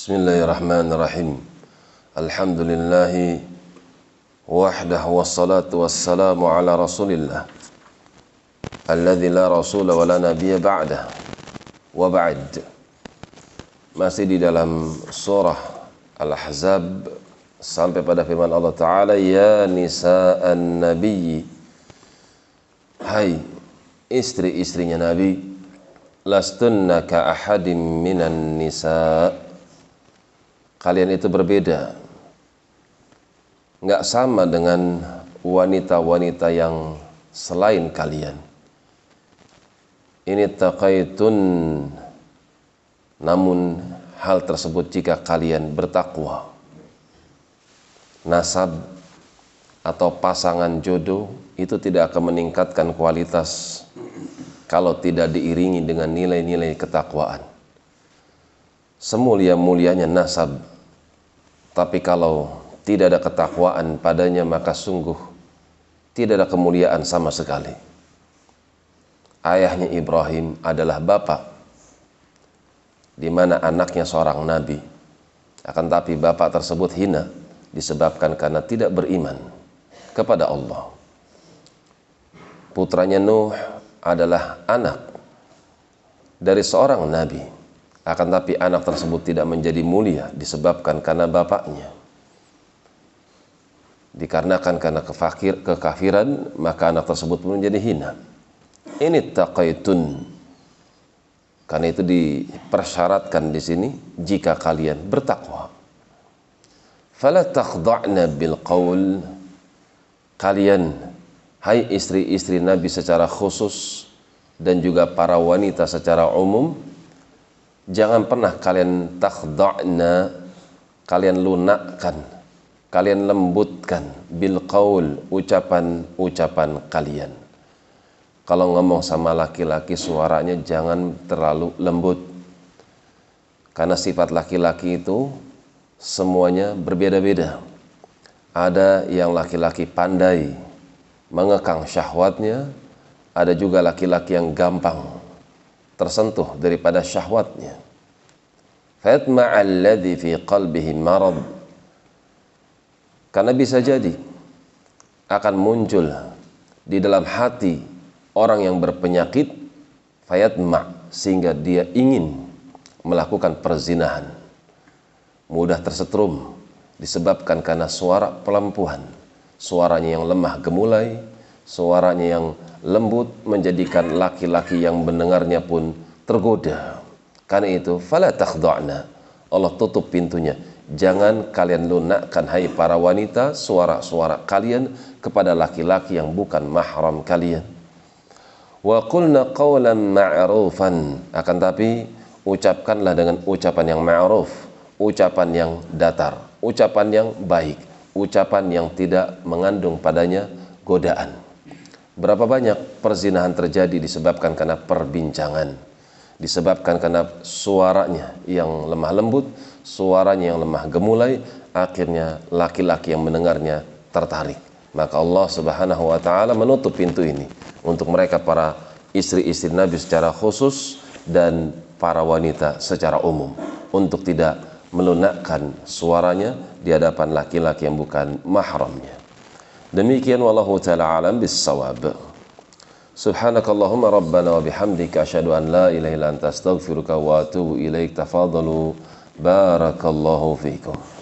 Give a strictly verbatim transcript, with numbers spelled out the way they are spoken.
Bismillahirrahmanirrahim. Alhamdulillahi wahdahu wassalatu wassalamu ala rasulillah alladzi la rasula wa la nabiyya ba'dah. Wa ba'd. Masih di dalam surah Al-Ahzab sampai pada firman Allah Ta'ala, ya nisa'an nabiyyi, hai istri-istrinya Nabi, lastunna ka ahadim minan nisa', kalian itu berbeda, nggak sama dengan wanita-wanita yang selain kalian. Ini taqaitun, namun hal tersebut jika kalian bertakwa. Nasab atau pasangan jodoh itu tidak akan meningkatkan kualitas kalau tidak diiringi dengan nilai-nilai ketakwaan. Semulia-mulianya nasab, tapi kalau tidak ada ketakwaan padanya, maka sungguh tidak ada kemuliaan sama sekali. Ayahnya Ibrahim adalah bapak, di mana anaknya seorang nabi. Akan tapi bapak tersebut hina disebabkan karena tidak beriman kepada Allah. Putranya Nuh adalah anak dari seorang nabi. Akan tapi anak tersebut tidak menjadi mulia disebabkan karena bapaknya. Dikarenakan karena kefakir, kekafiran, maka anak tersebut pun menjadi hina. Ini taqaitun. Karena itu dipersyaratkan di sini, jika kalian bertakwa. Fala takhda'na bil qaul. Kalian, hai istri-istri Nabi secara khusus dan juga para wanita secara umum, jangan pernah kalian takhda'na, kalian lunakkan, kalian lembutkan bil qaul, ucapan-ucapan kalian. Kalau ngomong sama laki-laki suaranya jangan terlalu lembut, karena sifat laki-laki itu semuanya berbeda-beda. Ada yang laki-laki pandai mengekang syahwatnya, ada juga laki-laki yang gampang tersentuh daripada syahwatnya. Fatma'a alladhi fi qalbihi marad, karena bisa jadi akan muncul di dalam hati orang yang berpenyakit, fayatma', sehingga dia ingin melakukan perzinahan, mudah tersetrum disebabkan karena suara pelempuhan, suaranya yang lemah gemulai, suaranya yang lembut menjadikan laki-laki yang mendengarnya pun tergoda. Karena itu fala takhda'na, Allah tutup pintunya. Jangan kalian lunakkan, hai para wanita, suara-suara kalian kepada laki-laki yang bukan mahram kalian. Wa qulna qawlan ma'rufan, akan tapi ucapkanlah dengan ucapan yang ma'ruf, ucapan yang datar, ucapan yang baik, ucapan yang tidak mengandung padanya godaan. Berapa banyak perzinahan terjadi disebabkan karena perbincangan, disebabkan karena suaranya yang lemah lembut, suaranya yang lemah gemulai, akhirnya laki-laki yang mendengarnya tertarik. Maka Allah Subhanahu wa taala menutup pintu ini untuk mereka para istri-istri Nabi secara khusus dan para wanita secara umum, untuk tidak melunakkan suaranya di hadapan laki-laki yang bukan mahramnya. Demikian, wallahu ta'ala alam bis-shawab. Subhanakallahumma rabbana wa bihamdika asyhadu an la ilaha illa anta astaghfiruka wa atubu ilaik. Tafadhalu, barakallahu fiikum.